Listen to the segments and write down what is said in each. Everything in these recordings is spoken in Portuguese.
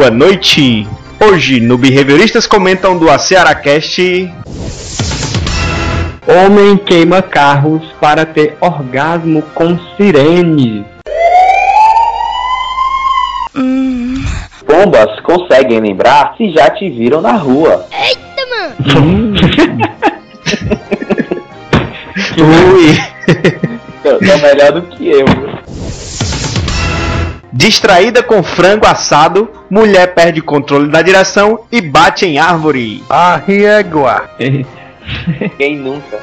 boa noite. Hoje no Behavioristas Comentam do AcearaCast. Homem queima carros para ter orgasmo com sirene. Pombas conseguem lembrar se já te viram na rua. Eita, mano! Ui! Tá melhor do que eu. Distraída com frango assado, mulher perde controle da direção e bate em árvore. A riegua. Quem nunca?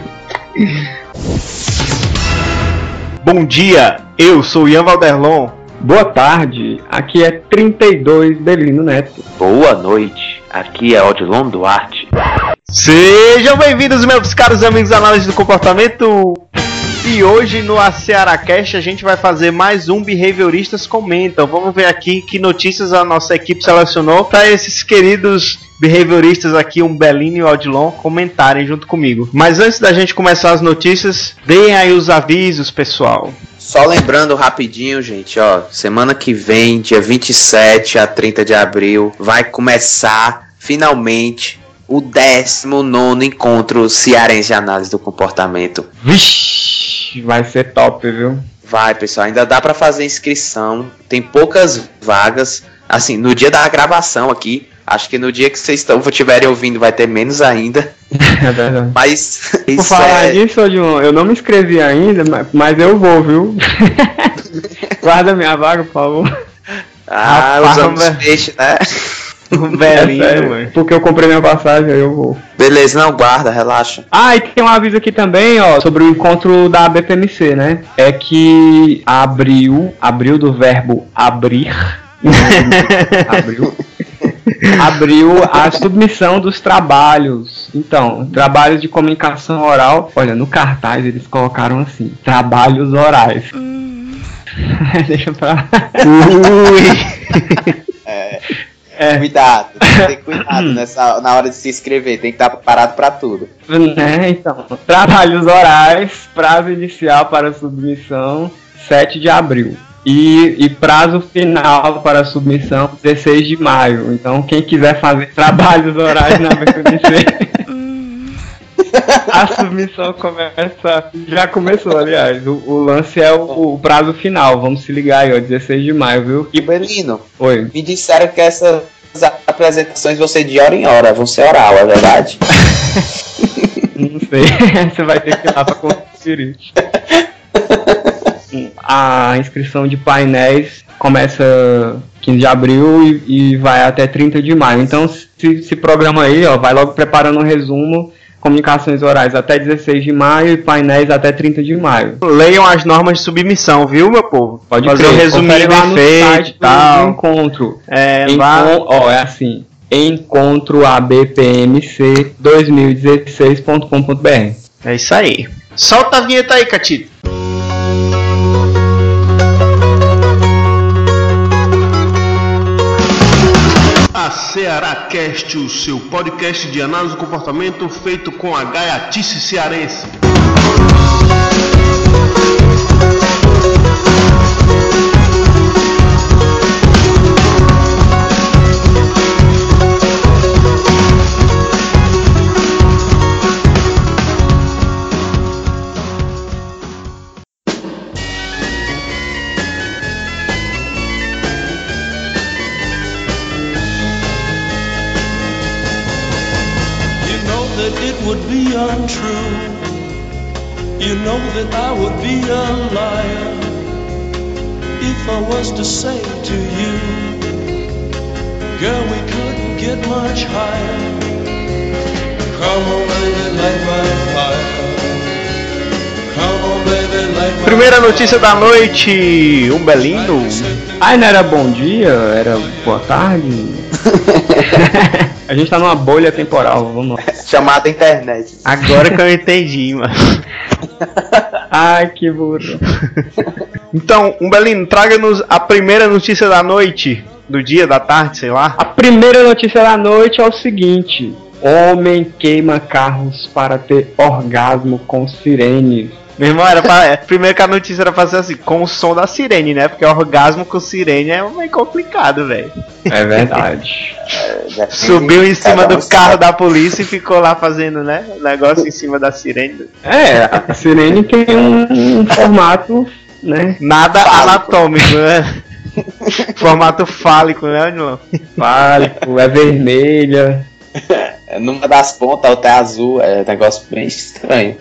Bom dia, eu sou Ian Valderlon. Boa tarde, aqui é 32 Belino Neto. Boa noite, aqui é Odilon Duarte. Sejam bem-vindos, meus caros amigos da análise do comportamento. E hoje no AcearaCast a gente vai fazer mais um Behavioristas Comentam. Vamos ver aqui que notícias a nossa equipe selecionou para esses queridos behavioristas aqui, um Belino e o Odilon, comentarem junto comigo. Mas antes da gente começar as notícias, deem aí os avisos, pessoal. Só lembrando rapidinho, gente, ó, semana que vem, dia 27 a 30 de abril, vai começar finalmente o 19º encontro cearense de análise do comportamento. Vixe, vai ser top, viu? Vai, pessoal, ainda dá pra fazer inscrição, tem poucas vagas, assim, no dia da gravação aqui, acho que no dia que vocês estiverem ouvindo vai ter menos ainda. É verdade. Mas Por isso falar disso, Odilon, eu não me inscrevi ainda, mas eu vou, viu? Guarda minha vaga, por favor. os anos peixe, né? Um Belino, mano. Porque eu comprei minha passagem, aí eu vou. Beleza, não, guarda, relaxa. Ah, e tem um aviso aqui também, ó, sobre o encontro da BPMC, né? É que abriu do verbo abrir, abriu a submissão dos trabalhos. Então, trabalhos de comunicação oral. Olha, no cartaz eles colocaram assim: trabalhos orais. Deixa pra. Ui! Cuidado, tem que ter cuidado na hora de se inscrever, tem que estar preparado pra tudo. Né, então, trabalhos orais, prazo inicial para submissão 7 de abril. E prazo final para submissão 16 de maio. Então, quem quiser fazer trabalhos orais na BPMC, a submissão já começou, aliás. O lance é o prazo final. Vamos se ligar aí, ó, 16 de maio, viu? E Belino, Oi. me disseram que essas apresentações vão ser de hora em hora, vão ser oral, é verdade? Não sei, você vai ter que ir lá pra conferir. A inscrição de painéis começa 15 de abril e vai até 30 de maio. Então se programa aí, ó, vai logo preparando um resumo. Comunicações orais até 16 de maio e painéis até 30 de maio. Leiam as normas de submissão, viu, meu povo? Pode fazer crer, um resuminho bem feito e tal. Do encontro. É assim: encontroabpmc2016.com.br. É isso aí. Solta a vinheta aí, Catito. AcearaCast, o seu podcast de análise do comportamento feito com a gaiatice cearense. It would be untrue. You know that I would be a liar if I was to say to you, girl, we couldn't get much higher. Come on, baby, light my fire. Come on, baby, light my Primeira notícia da noite, um Belino. Ai, não era bom dia, era boa tarde. A gente tá numa bolha temporal, vamos lá. Chamada internet. Agora que eu entendi, mano. Ai, que burro. Então, Umbelino, traga-nos a primeira notícia da noite, do dia, da tarde, sei lá. A primeira notícia da noite é o seguinte: homem queima carros para ter orgasmo com sirene. Meu irmão, primeiro que a notícia era pra ser assim, com o som da sirene, né? Porque orgasmo com sirene é meio complicado, velho. É verdade. Subiu em cima do carro da polícia e ficou lá fazendo, né? O negócio em cima da sirene. A sirene tem um formato, né? Nada anatômico, né? Formato fálico, né, Anilão? Fálico, é vermelha. Numa das pontas, outra é azul. É um negócio bem estranho.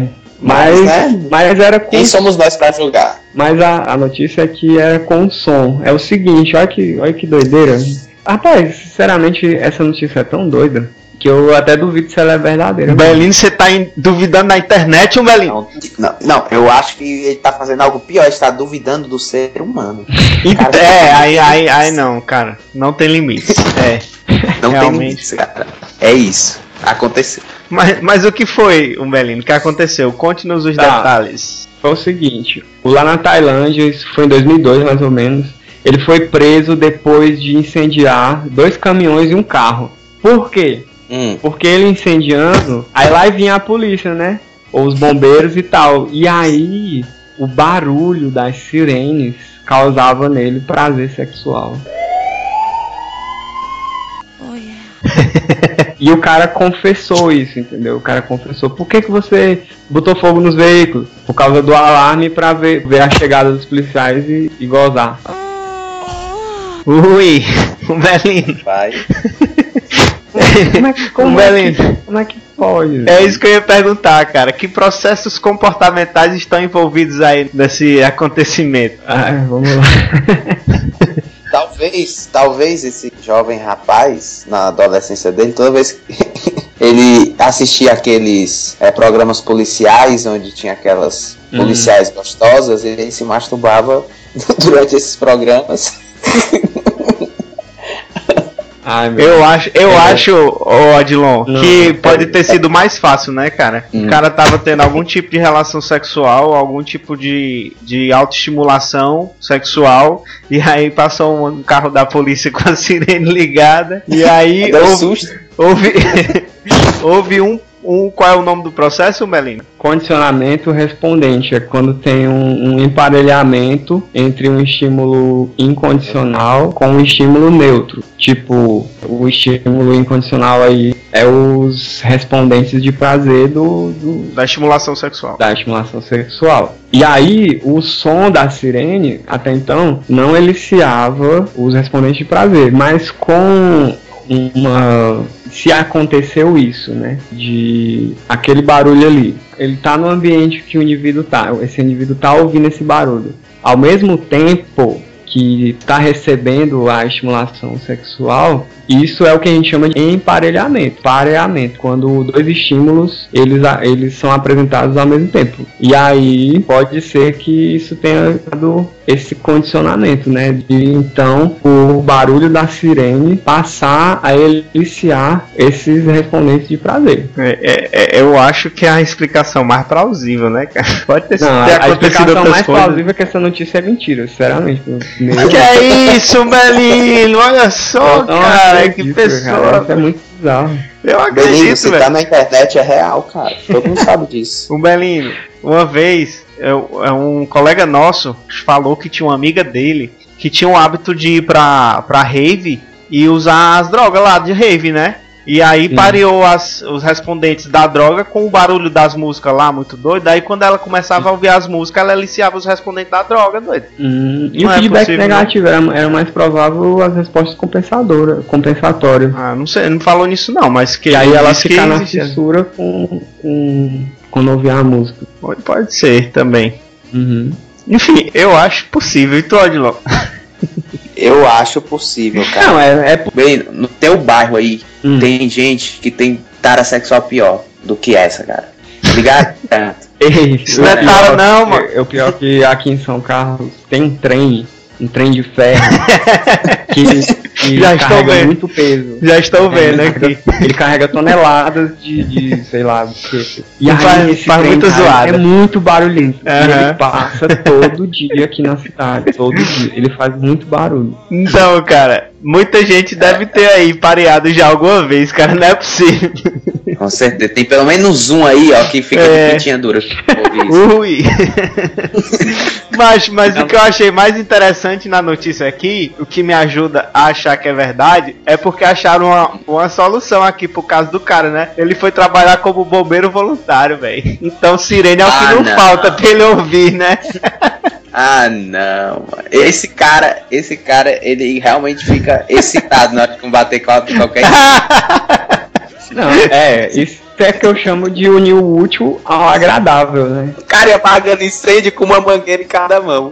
Mas era com... Quem somos nós pra julgar? Mas a notícia é que era com som. É o seguinte, olha que doideira. Rapaz, sinceramente, essa notícia é tão doida que eu até duvido se ela é verdadeira. Belino, você tá duvidando na internet, Belino? Não, eu acho que ele tá fazendo algo pior, ele está duvidando do ser humano. Aí não, cara. Não tem limites. Não realmente. tem limites, cara. É isso. Aconteceu. Mas o que foi, Belino? O que aconteceu? Conte-nos os detalhes. Foi o seguinte, lá na Tailândia, isso foi em 2002 mais ou menos, ele foi preso depois de incendiar 2 caminhões e um carro. Por quê? Porque ele incendiando, aí lá vinha a polícia, né? Ou os bombeiros e tal. E aí, o barulho das sirenes causava nele prazer sexual. E o cara confessou isso, entendeu? O cara confessou. Por que você botou fogo nos veículos? Por causa do alarme pra ver a chegada dos policiais e gozar. Ui, o Belino. Vai. Como é que pode? É isso que eu ia perguntar, cara. Que processos comportamentais estão envolvidos aí nesse acontecimento? Vamos lá. Talvez esse jovem rapaz, na adolescência dele, toda vez que ele assistia aqueles programas policiais, onde tinha aquelas policiais gostosas, ele se masturbava durante esses programas. Eu acho, Odilon, que pode ter sido mais fácil, né, cara? O cara tava tendo algum tipo de relação sexual, algum tipo de autoestimulação sexual, e aí passou um carro da polícia com a sirene ligada, e aí houve um... Qual é o nome do processo, Belino? Condicionamento respondente. É quando tem um emparelhamento entre um estímulo incondicional com um estímulo neutro. Tipo, o estímulo incondicional aí é os respondentes de prazer da estimulação sexual. Da estimulação sexual. E aí, o som da sirene, até então, não eliciava os respondentes de prazer, mas com se aconteceu isso, né, de aquele barulho ali, ele tá no ambiente que o indivíduo tá, esse indivíduo tá ouvindo esse barulho, ao mesmo tempo que tá recebendo a estimulação sexual, isso é o que a gente chama de emparelhamento, pareamento, quando 2 estímulos eles são apresentados ao mesmo tempo. E aí pode ser que isso tenha dado esse condicionamento, né? De então o barulho da sirene passar a eliciar esses respondentes de prazer. Eu acho que é a explicação mais plausível, né, cara? Pode ter sido. A explicação mais plausível é que essa notícia é mentira, sinceramente. Que é isso, Belino? Olha só, cara. Que pessoa. Cara, isso é muito bizarro. Eu acredito, Belino, se tá na internet é real, cara. Todo mundo sabe disso. O Belino, uma vez, um colega nosso falou que tinha uma amiga dele que tinha o hábito de ir pra rave e usar as drogas lá de rave, né? E aí pareou os respondentes da droga com o barulho das músicas lá, muito doido. Aí quando ela começava a ouvir as músicas, ela eliciava os respondentes da droga, doido. E o feedback negativo, era mais provável as respostas compensatórias. Não sei, não falou nisso não, mas que... E aí ela fica na fissura quando ouvir a música. Pode ser também. Enfim, eu acho possível. E tu, Odilon? Eu acho possível, cara. Não, Bem, no teu bairro aí, tem gente que tem tara sexual pior do que essa, cara. Ligado? Isso não é tara não, mano. O pior que aqui em São Carlos tem um trem de ferro que já carrega muito peso. Já estou vendo aqui. Ele carrega toneladas de sei lá, do que. E aí faz muito zoado. É muito barulhento. E ele passa todo dia aqui na cidade. Todo dia. Ele faz muito barulho. Então, cara, Muita gente deve ter aí pareado já alguma vez, cara, não é possível. Com certeza. Tem pelo menos um aí, ó, que fica de pintinha dura. Ui! Mas o que eu achei mais interessante na notícia aqui, o que me ajuda a achar que é verdade, é porque acharam uma solução aqui pro caso do cara, né? Ele foi trabalhar como bombeiro voluntário, velho. Então sirene é o que não falta pra ele ouvir, né? Ah, não. Esse cara, ele realmente fica excitado na hora de combater qualquer Não, isso é que eu chamo de unir o útil ao agradável, né? O cara ia apagando incêndio com uma mangueira em cada mão.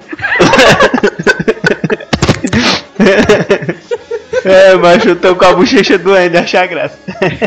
Mas eu tô com a bochecha doendo, achar graça.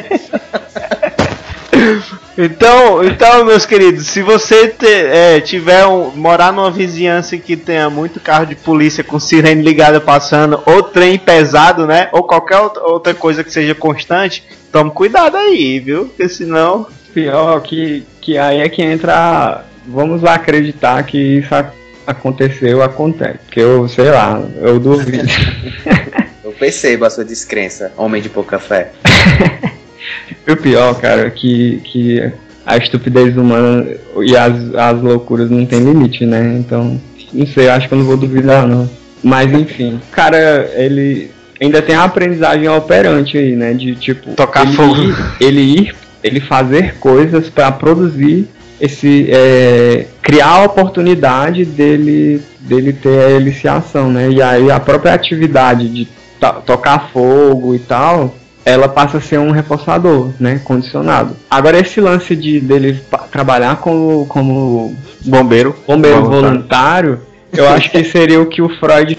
Então, meus queridos, se você morar numa vizinhança que tenha muito carro de polícia com sirene ligada passando, ou trem pesado, né? Ou qualquer outra coisa que seja constante, tome cuidado aí, viu? Porque senão... Pior que aí é que entra... Vamos lá acreditar que isso acontece. Porque eu, sei lá, eu duvido. Eu percebo a sua descrença, homem de pouca fé. O pior, cara, que a estupidez humana e as loucuras não tem limite, né? Então, não sei, acho que eu não vou duvidar, não. Mas, enfim, cara, ele ainda tem a aprendizagem operante aí, né? De, tipo, tocar fogo. Ele fazer coisas pra produzir criar a oportunidade dele ter a eliciação, né? E aí a própria atividade de tocar fogo e tal... ela passa a ser um reforçador, né, condicionado. Agora esse lance dele trabalhar como bombeiro voluntário, eu acho que seria o que o Freud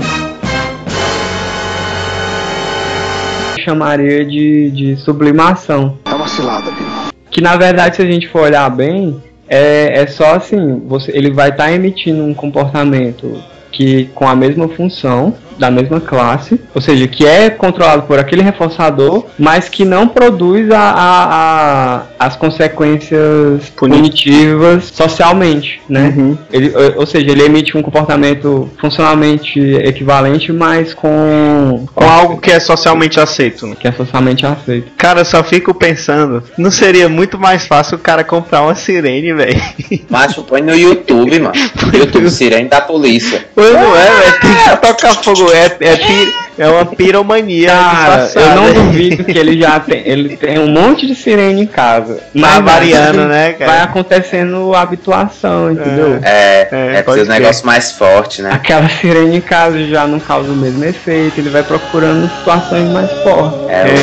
chamaria de sublimação. É uma cilada, viu? Que na verdade, se a gente for olhar bem, é só assim, ele vai estar emitindo um comportamento que com a mesma função, da mesma classe, ou seja, que é controlado por aquele reforçador, mas que não produz as consequências punitivas socialmente, né? Uhum. Ou seja, ele emite um comportamento funcionalmente equivalente, mas com algo que é socialmente aceito, né? Que é socialmente aceito. Cara, eu só fico pensando, não seria muito mais fácil o cara comprar uma sirene, velho? Macho, põe no YouTube, mano. YouTube, sirene da polícia. Pois não é, velho, tem que tocar fogo. É uma piromania. Cara, eu não duvido que ele tem um monte de sirene em casa. Mas variando, né, cara? Vai acontecendo habituação, entendeu? Precisa um negócio mais forte, né? Aquela sirene em casa já não causa o mesmo efeito, ele vai procurando situações mais fortes.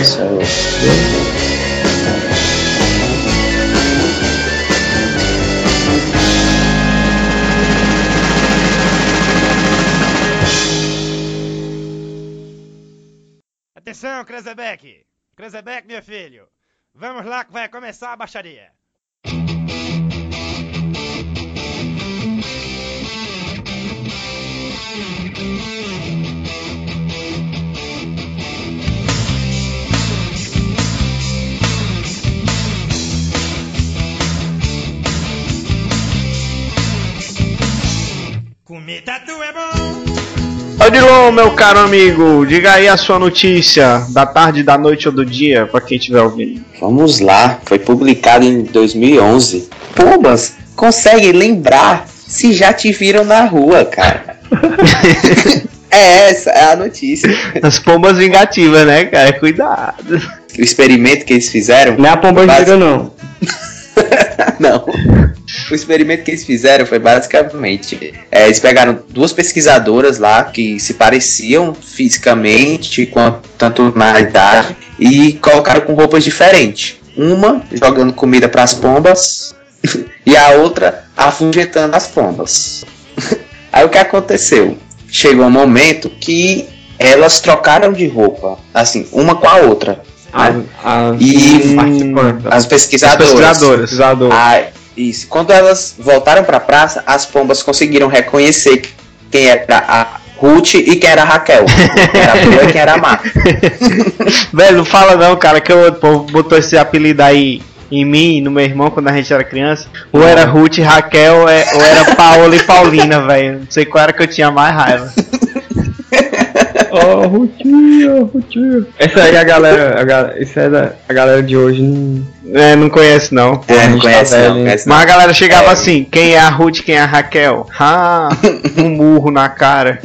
Atenção, Krezebeck! Krezebeck, meu filho! Vamos lá que vai começar a baixaria! Comer tatu é bom! Odilon, meu caro amigo, diga aí a sua notícia da tarde, da noite ou do dia, pra quem estiver ouvindo. Vamos lá, foi publicado em 2011. Pombas, consegue lembrar se já te viram na rua, cara? Essa é a notícia. As pombas vingativas, né, cara? Cuidado. O experimento que eles fizeram... Não é a pomba gira, não. Não. O experimento que eles fizeram foi basicamente... eles pegaram duas pesquisadoras lá que se pareciam fisicamente, tanto na idade, e colocaram com roupas diferentes. Uma jogando comida para as pombas e a outra afugentando as pombas. Aí o que aconteceu? Chegou um momento que elas trocaram de roupa, assim, uma com a outra. As pesquisadoras. Isso. Quando elas voltaram para a praça, as pombas conseguiram reconhecer quem era a Ruth e quem era a Raquel. Quem era a boa e quem era a má. Velho, não fala não, cara, que o povo botou esse apelido aí em mim e no meu irmão quando a gente era criança. Ou era Ruth e Raquel, ou era Paola e Paulina, velho. Não sei qual era que eu tinha mais raiva. Oh, Rutinho. Essa aí a galera. Isso é a galera de hoje Não conhece não. Não conhece não. Mas a galera chegava assim, quem é a Ruth, quem é a Raquel? Um murro na cara.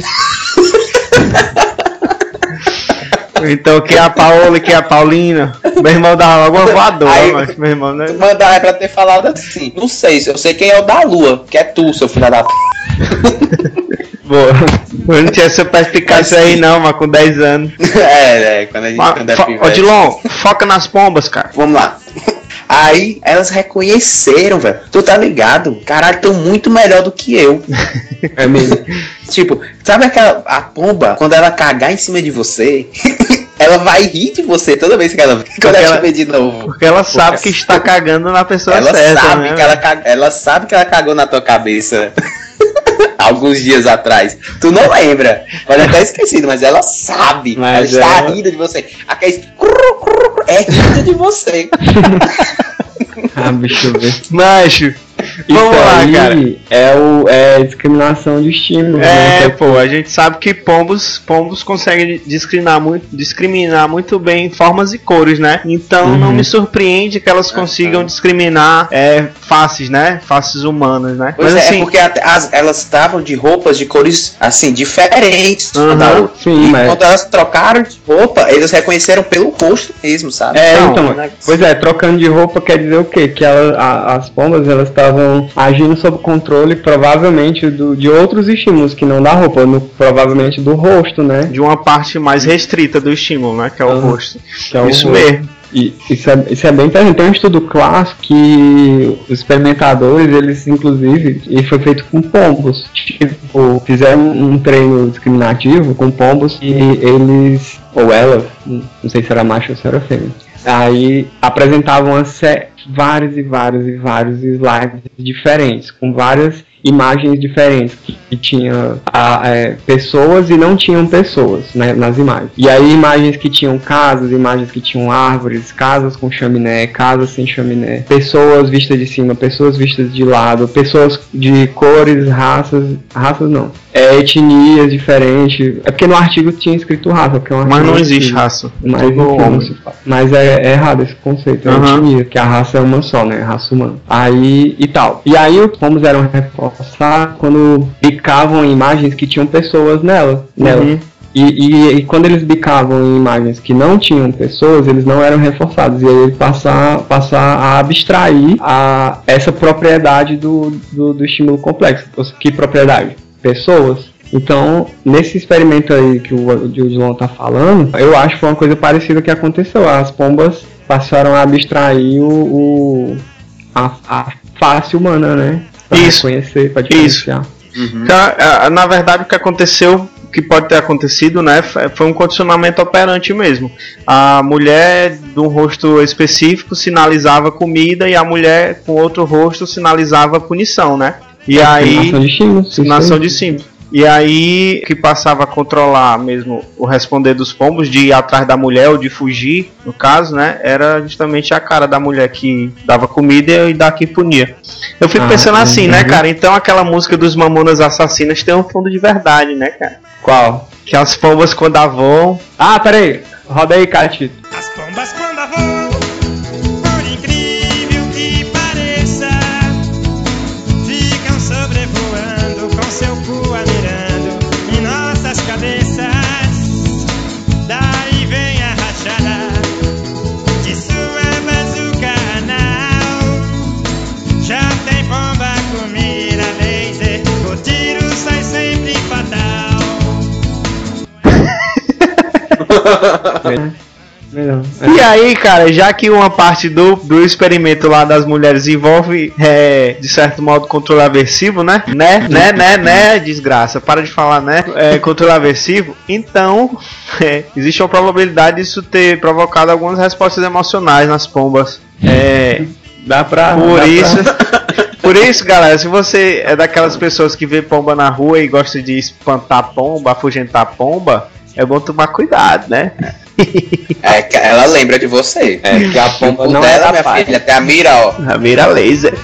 Então, quem é a Paola e quem é a Paulina? Meu irmão dava logo uma voadora, mas meu irmão não é... Mandar pra ter falado assim. Não sei, eu sei quem é o da Lua, que é tu, seu filho da p. Boa. Eu não tinha essa perspicácia aí não, mas com 10 anos. Quando a gente é pivete. Ô Dilon, foca nas pombas, cara. Vamos lá. Aí elas reconheceram, velho. Tu tá ligado? Caralho, tão muito melhor do que eu. É mesmo. Tipo, sabe a pomba, quando ela cagar em cima de você, ela vai rir de você toda vez que ela vê de novo. Porque ela sabe que está cagando na pessoa ela certa, sabe né? Ela sabe que ela cagou na tua cabeça alguns dias atrás. Tu não lembra. Pode até esquecido, mas ela sabe. Mas ela está rindo de você. Aquele é rindo de você. Bicho, velho. Macho, vamos lá, cara. É discriminação de estímulo. Pô, a gente sabe que pombos conseguem discriminar muito bem formas e cores, né? Então não me surpreende que elas consigam discriminar faces, né? Faces humanas, né? Pois mas, assim, porque elas estavam de roupas de cores, assim, diferentes. Sim, mas... Quando elas trocaram de roupa, eles reconheceram pelo rosto mesmo, sabe? Pois é, trocando de roupa quer dizer o quê? Que as pombas, elas estavam agindo sob controle, provavelmente, de outros estímulos que não da roupa, provavelmente do rosto, né? De uma parte mais restrita do estímulo, né? Que é o rosto. Que é isso o rosto. mesmo. E isso é bem interessante. Tem um estudo clássico que os experimentadores, eles inclusive, e foi feito com pombos. Tipo, fizeram um treino discriminativo com pombos e eles, ou ela, não sei se era macho ou se era fêmea, aí apresentavam vários slides diferentes, com várias imagens diferentes, que tinha pessoas e não tinham pessoas, né, nas imagens. E aí imagens que tinham casas, imagens que tinham árvores, casas com chaminé, casas sem chaminé, pessoas vistas de cima, pessoas vistas de lado, pessoas de cores, raças não, etnias diferentes. É porque no artigo tinha escrito raça, porque é um artigo. Mas não existe raça. Mas é errado esse conceito, é etnia, que a raça é uma só, né, raça humana. Aí e tal. E aí os pombos eram reforçados quando bicavam em imagens que tinham pessoas nela. E quando eles bicavam em imagens que não tinham pessoas, eles não eram reforçados. E aí ele passa a abstrair essa propriedade do estímulo complexo. Que propriedade? Pessoas. Então, nesse experimento aí que o Dilon tá falando, eu acho que foi uma coisa parecida que aconteceu. As pombas passaram a abstrair a face humana, né? Pra reconhecer, pra diferenciar. Na verdade, o que aconteceu, que pode ter acontecido, né, foi um condicionamento operante mesmo. A mulher de um rosto específico sinalizava comida e a mulher com outro rosto sinalizava punição, né? E aí, discriminação de símbolos. E aí, o que passava a controlar mesmo o responder dos pombos, de ir atrás da mulher ou de fugir, no caso, né, era justamente a cara da mulher que dava comida e da que punia. Eu fico pensando assim, né, cara, então aquela música dos Mamonas Assassinas tem um fundo de verdade, né, cara? Qual? Que as pombas quando voam... peraí, roda aí, Catito. As pombas quando voam, por incrível que pareça, ficam sobrevoando com seu cu mirando em nossas cabeças. Daí vem a rachada de sua bazuca anal. Já tem pomba com mira laser, o tiro sai sempre fatal. E aí, cara, já que uma parte do experimento lá das mulheres envolve, de certo modo, controle aversivo, né? Desgraça, para de falar, né? Controle aversivo. Então, existe uma probabilidade disso ter provocado algumas respostas emocionais nas pombas. Por isso, galera, se você é daquelas pessoas que vê pomba na rua e gosta de espantar pomba, afugentar pomba, é bom tomar cuidado, né? Que ela lembra de você. Que a pomba não dela, minha filha, até a mira, ó. A mira laser.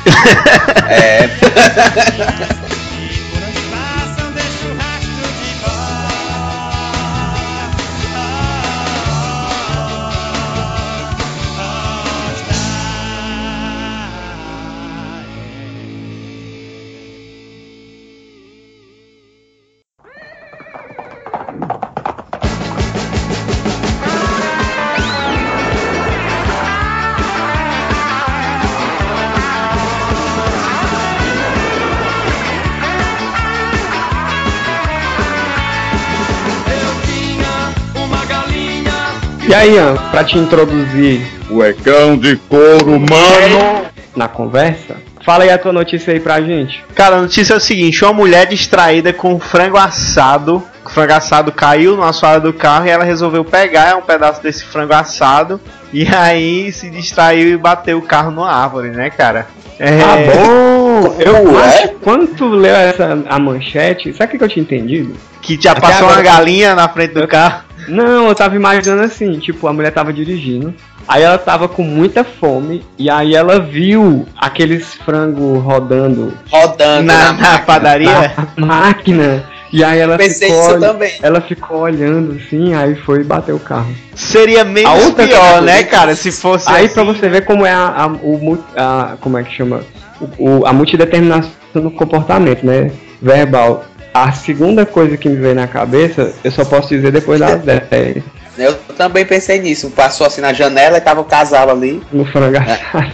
E aí, Ian, pra te introduzir Cuecão de couro, mano! na conversa, fala aí a tua notícia aí pra gente. Cara, a notícia é o seguinte: uma mulher distraída com frango assado. O frango assado caiu no assoalho do carro e ela resolveu pegar um pedaço desse frango assado. E aí se distraiu e bateu o carro numa árvore, né, cara? Bom! Eu acho que quando tu leu a manchete, sabe o que eu tinha entendido? Que já Até passou agora- uma galinha na frente do carro. Não, eu tava imaginando assim, tipo, a mulher tava dirigindo, aí ela tava com muita fome, e aí ela viu aqueles frangos rodando Rodando Na máquina. padaria. na máquina, e aí ela Pensei ficou, isso também. ela ficou olhando assim, aí foi bater o carro. Seria A menos outra pior, coisa- né, cara? Se fosse Aí assim. pra você ver como é como é que chama? A multideterminação no comportamento, né? Verbal. A segunda coisa que me veio na cabeça, eu só posso dizer depois das 10. Eu também pensei nisso. Passou assim na janela e tava o casal ali. No frango assado.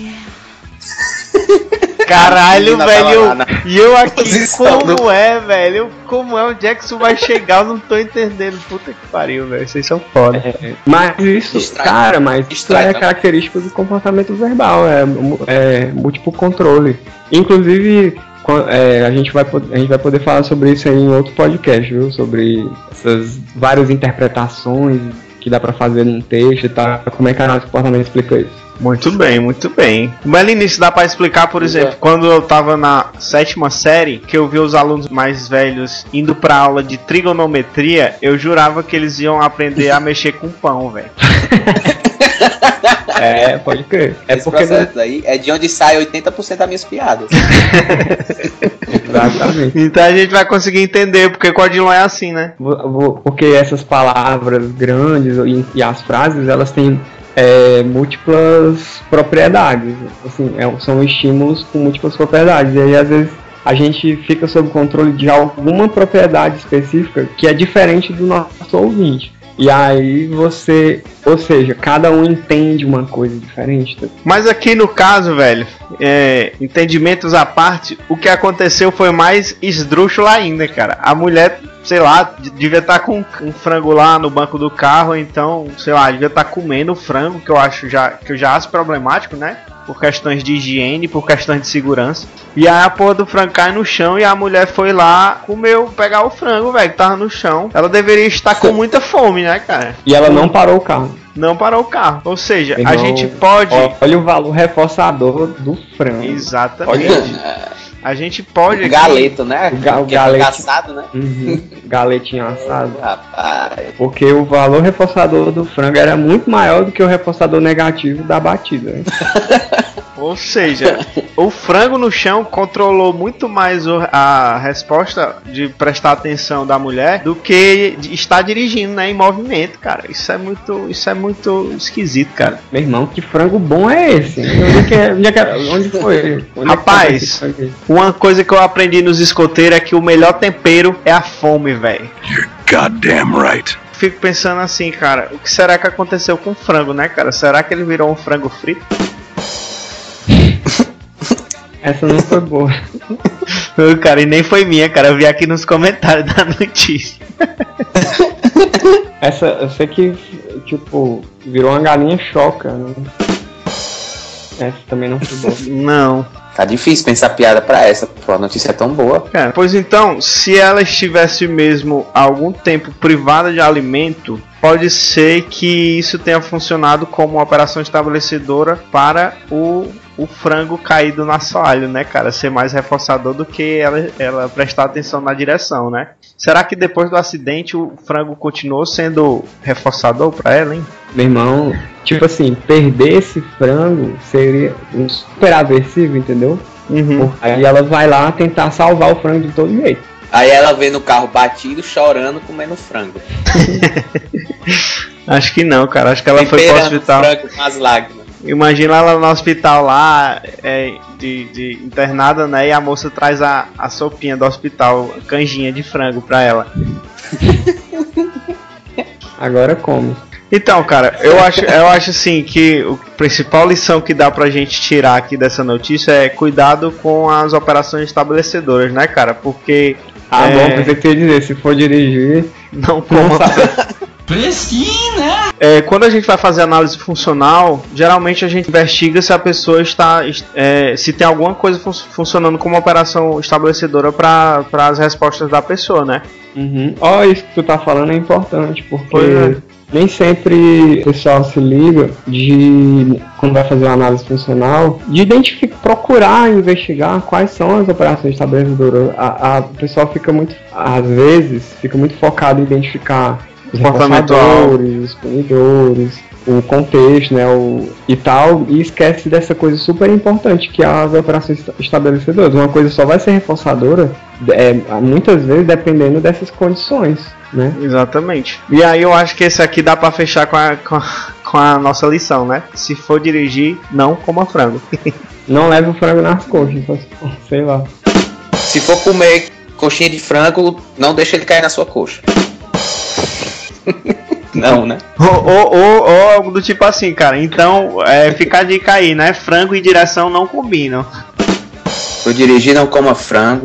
Caralho, A menina tava velho. lá na E eu aqui, posição como do- é, velho? Como é? Onde é que isso vai chegar? Eu não tô entendendo. Puta que pariu, velho. Vocês são foda. Mas isso, Distrai. cara, mas isso Distrai, é tá? característico do comportamento verbal, é múltiplo controle. Inclusive, a gente vai poder falar sobre isso aí em outro podcast, viu? Sobre essas várias interpretações que dá pra fazer num texto e tal. Como é que a análise de comportamento explica isso? Muito bem, muito bem. Mas início dá pra explicar, por exemplo, quando eu tava na 7ª série, que eu vi os alunos mais velhos indo pra aula de trigonometria, eu jurava que eles iam aprender a mexer com pão, velho. É, pode crer. É Esse porque processo daí é de onde sai 80% das minhas piadas. exatamente. Então a gente vai conseguir entender porque o Codilon é assim, né? Porque essas palavras grandes e as frases, elas têm múltiplas propriedades. Assim, são estímulos com múltiplas propriedades. E aí, às vezes, a gente fica sob controle de alguma propriedade específica que é diferente do nosso ouvinte. E aí ou seja, cada um entende uma coisa diferente. Tá? Mas aqui no caso, velho, entendimentos à parte, o que aconteceu foi mais esdrúxulo ainda, cara. A mulher, sei lá, devia estar com um frango lá no banco do carro, então, sei lá, devia estar comendo o frango, que eu já acho problemático, né? Por questões de higiene, por questões de segurança. E aí a porra do frango cai no chão e a mulher foi lá, pegar o frango, velho, que tava no chão. Ela deveria estar com muita fome, né, cara? E ela não parou o carro. Não parou o carro. Ou seja, a Então, gente pode... Olha o valor reforçador do frango. Exatamente. A gente pode O aqui... galeto, né? O Que é galeto. assado, né? Uhum. Galetinho assado. Rapaz. Porque o valor reforçador do frango era muito maior do que o reforçador negativo da batida. Né? Ou seja, o frango no chão controlou muito mais a resposta de prestar atenção da mulher do que de estar dirigindo, né, em movimento, cara. Isso é muito esquisito, cara. Meu irmão, que frango bom é esse? Onde foi? Onde Rapaz, é que tá esse frango? uma coisa que eu aprendi nos escoteiros é que o melhor tempero é a fome, velho. Goddamn right. Fico pensando assim, cara, o que será que aconteceu com o frango, né, cara? Será que ele virou um frango frito? Essa não foi boa. Cara, e nem foi minha, cara. Eu vi aqui nos comentários da notícia. Essa, eu sei que, tipo, virou uma galinha choca, né? Essa também não foi boa. Não. Tá difícil pensar piada pra essa, pô, a notícia é tão boa. Cara, pois então, se ela estivesse mesmo há algum tempo privada de alimento, pode ser que isso tenha funcionado como uma operação estabelecedora para o frango caído no assoalho, né, cara? Ser mais reforçador do que ela prestar atenção na direção, né? Será que depois do acidente o frango continuou sendo reforçador para ela, hein? Meu irmão, tipo assim, perder esse frango seria um super aversivo, entendeu? Uhum. Aí ela vai lá tentar salvar o frango de todo jeito. Aí ela vê no carro batido, chorando, comendo frango. Acho que não, cara. Acho que ela foi pro Temperando hospital. frango com as lágrimas. Imagina ela no hospital lá, de internada, né? E a moça traz a sopinha do hospital, canjinha de frango pra ela. Agora come. Então, cara, eu acho assim que a principal lição que dá pra gente tirar aqui dessa notícia é cuidado com as operações estabelecedoras, né, cara? Porque Bom, pensei que ia dizer, se for dirigir, não coma, Fresquinho, né? Quando a gente vai fazer análise funcional, geralmente a gente investiga se a pessoa se tem alguma coisa funcionando como operação estabelecedora para as respostas da pessoa, né? Isso que tu tá falando é importante, porque nem sempre o pessoal se liga quando vai fazer uma análise funcional, de procurar investigar quais são as operações estabelecedoras. O pessoal às vezes, fica muito focado em identificar os reforçadores, os punidores, o contexto, né, e tal, e esquece dessa coisa super importante que é as operações estabelecedoras. Uma coisa só vai ser reforçadora, muitas vezes, dependendo dessas condições, né? Exatamente. E aí eu acho que esse aqui dá pra fechar com a nossa lição, né? Se for dirigir, não coma frango. Não leve o frango nas coxas, sei lá. Se for comer coxinha de frango, não deixa ele cair na sua coxa. Não, né? Ou algo do tipo assim, cara. Então, fica a dica aí, né? Frango e direção não combinam. Vou dirigir, não coma frango.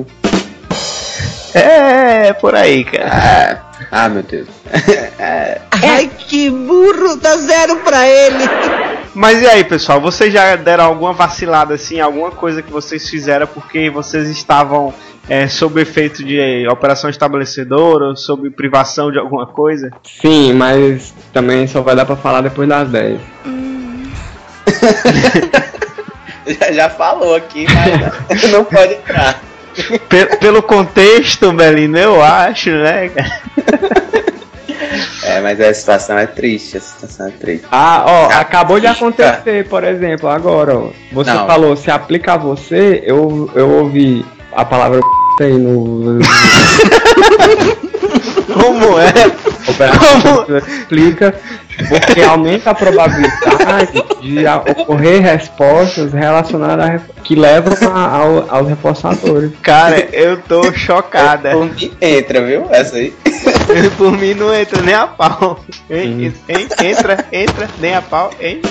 Por aí, cara. Meu Deus. Ai, que burro, dá 0 pra ele. Mas e aí, pessoal? Vocês já deram alguma vacilada, assim? Alguma coisa que vocês fizeram porque vocês estavam sob efeito de operação estabelecedora ou sob privação de alguma coisa? Sim, mas também só vai dar pra falar depois das 10. Já falou aqui, mas não pode entrar. Pelo contexto, Belino, eu acho, né, cara? Mas a situação é triste, Acabou de acontecer, por exemplo, agora, ó. Você falou, se aplica a você, eu ouvi a palavra aí no... Como é? Como? Explica, porque aumenta a probabilidade de ocorrer respostas relacionadas que levam aos reforçadores. Cara, eu tô chocada. Por mim entra, viu? Essa aí. Por mim não entra nem a pau. Entra, nem a pau.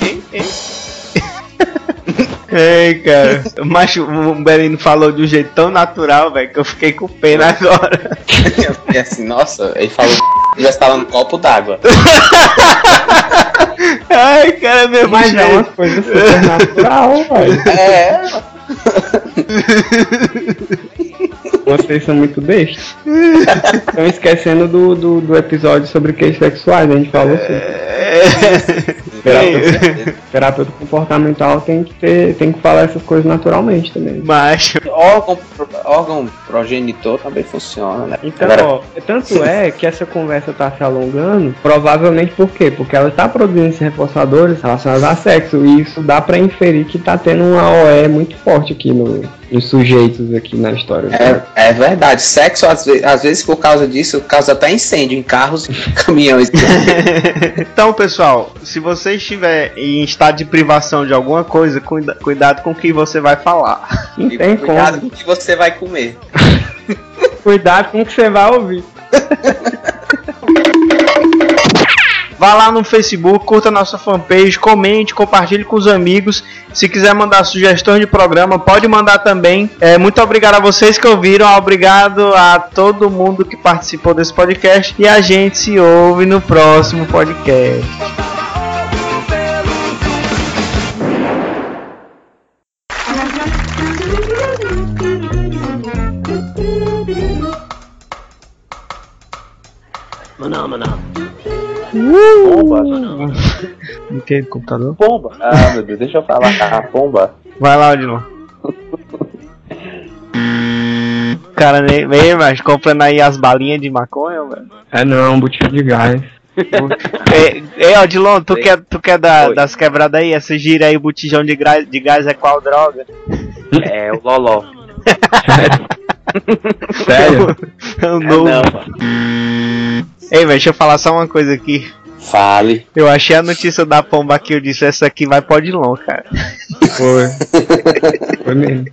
Ei, cara. Mas o Belino falou de um jeito tão natural, velho, que eu fiquei com pena agora. Eu fiquei assim, nossa, ele falou já estava no copo d'água. Ai, cara, meu. Mas é uma coisa super natural, velho. Vocês são muito bestas. Estão esquecendo do episódio sobre queixos sexuais, a gente falou assim. Terapeuta comportamental tem que falar essas coisas naturalmente também. Mas órgão progenitor também funciona, né? Então, tanto é que essa conversa tá se alongando, provavelmente por quê? Porque ela tá produzindo esses reforçadores relacionados a sexo, e isso dá pra inferir que tá tendo uma OE muito forte aqui nos sujeitos aqui na história. É verdade, sexo às vezes por causa disso causa até incêndio em carros e caminhões. Então, pessoal, se você estiver em estado de privação de alguma coisa, cuidado com o que você vai falar. Não tem cuidado com o que você vai comer. Cuidado com o que você vai ouvir. Vá lá no Facebook, curta nossa fanpage, comente, compartilhe com os amigos. Se quiser mandar sugestões de programa, pode mandar também. Muito obrigado a vocês que ouviram, obrigado a todo mundo que participou desse podcast. E a gente se ouve no próximo podcast. Maná. Bomba. O que? Computador? Bomba. Meu Deus, deixa eu falar. Bomba. Vai lá, Odilon. Cara, nem mas comprando aí as balinhas de maconha, velho. Não, um botijão de gás. Odilon, tu quer das quebradas aí? Essa gira aí, o botijão de gás é qual droga? É o Loló. Sério? É o novo. Ei, velho, deixa eu falar só uma coisa aqui. Fale. Eu achei a notícia da pomba aqui, eu disse, essa aqui vai pra Odilon, cara. Foi mesmo.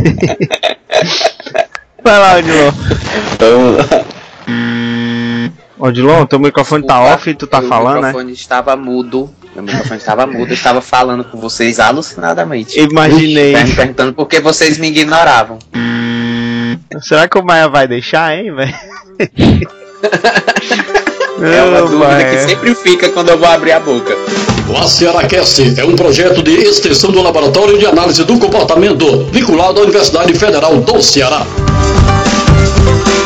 Vai lá, Odilon. Vamos lá. Odilon, teu microfone tá off e tu tá falando, né? Meu microfone estava mudo, eu estava falando com vocês alucinadamente. Imaginei. Me perguntando por que vocês me ignoravam. Será que o Maia vai deixar, hein, velho? É uma dúvida que sempre fica quando eu vou abrir a boca. O Cearacast é um projeto de extensão do Laboratório de Análise do Comportamento, vinculado à Universidade Federal do Ceará.